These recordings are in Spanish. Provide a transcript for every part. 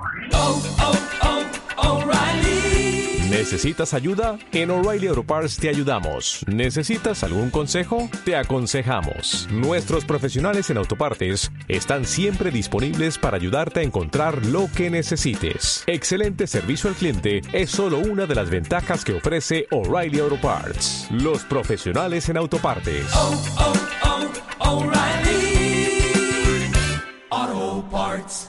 ¿Necesitas ayuda? En O'Reilly Auto Parts te ayudamos. ¿Necesitas algún consejo? Te aconsejamos. Nuestros profesionales en autopartes están siempre disponibles para ayudarte a encontrar lo que necesites. Excelente servicio al cliente es solo una de las ventajas que ofrece O'Reilly Auto Parts. Los profesionales en autopartes. O'Reilly Auto Parts.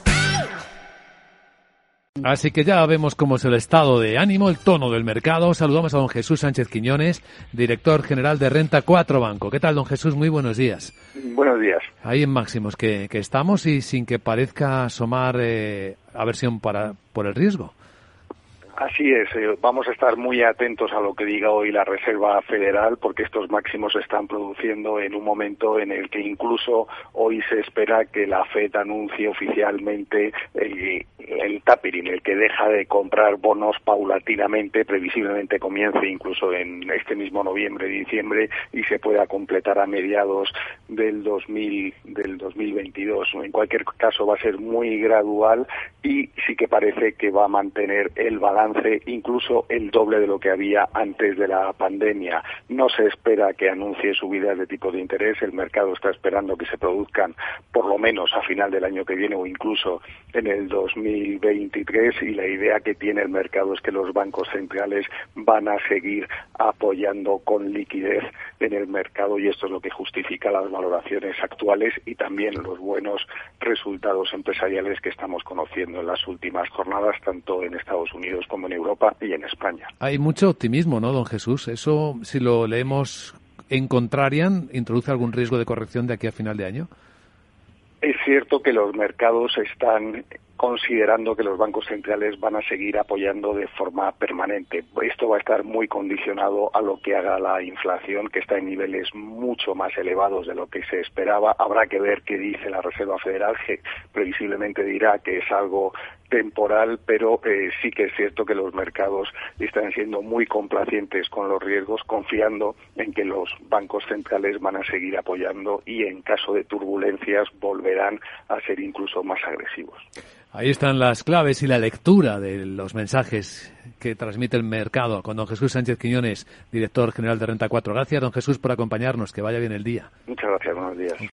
Así que ya vemos cómo es el estado de ánimo, el tono del mercado. Saludamos a don Jesús Sánchez Quiñones, director general de Renta 4 Banco. ¿Qué tal, don Jesús? Muy buenos días. Buenos días. Ahí en máximos que estamos y sin que parezca asomar aversión por el riesgo. Así es, vamos a estar muy atentos a lo que diga hoy la Reserva Federal, porque estos máximos se están produciendo en un momento en el que incluso hoy se espera que la FED anuncie oficialmente el tapering, el que deja de comprar bonos paulatinamente, previsiblemente comience incluso en este mismo noviembre, diciembre, y se pueda completar a mediados del 2022. En cualquier caso va a ser muy gradual y sí que parece que va a mantener el balance incluso el doble de lo que había antes de la pandemia. No se espera que anuncie subidas de tipo de interés, el mercado está esperando que se produzcan por lo menos a final del año que viene o incluso en el 2023, y la idea que tiene el mercado es que los bancos centrales van a seguir apoyando con liquidez en el mercado, y esto es lo que justifica las valoraciones actuales y también los buenos resultados empresariales que estamos conociendo en las últimas jornadas, tanto en Estados Unidos como en Europa y en España. Hay mucho optimismo, ¿no, don Jesús? Eso, si lo leemos en contrarian, ¿introduce algún riesgo de corrección de aquí a final de año? Es cierto que los mercados están considerando que los bancos centrales van a seguir apoyando de forma permanente. Esto va a estar muy condicionado a lo que haga la inflación, que está en niveles mucho más elevados de lo que se esperaba. Habrá que ver qué dice la Reserva Federal, que previsiblemente dirá que es algo temporal, pero sí que es cierto que los mercados están siendo muy complacientes con los riesgos, confiando en que los bancos centrales van a seguir apoyando y en caso de turbulencias volverán a ser incluso más agresivos. Ahí están las claves y la lectura de los mensajes que transmite el mercado con don Jesús Sánchez Quiñones, director general de Renta 4. Gracias, don Jesús, por acompañarnos. Que vaya bien el día. Muchas gracias, buenos días.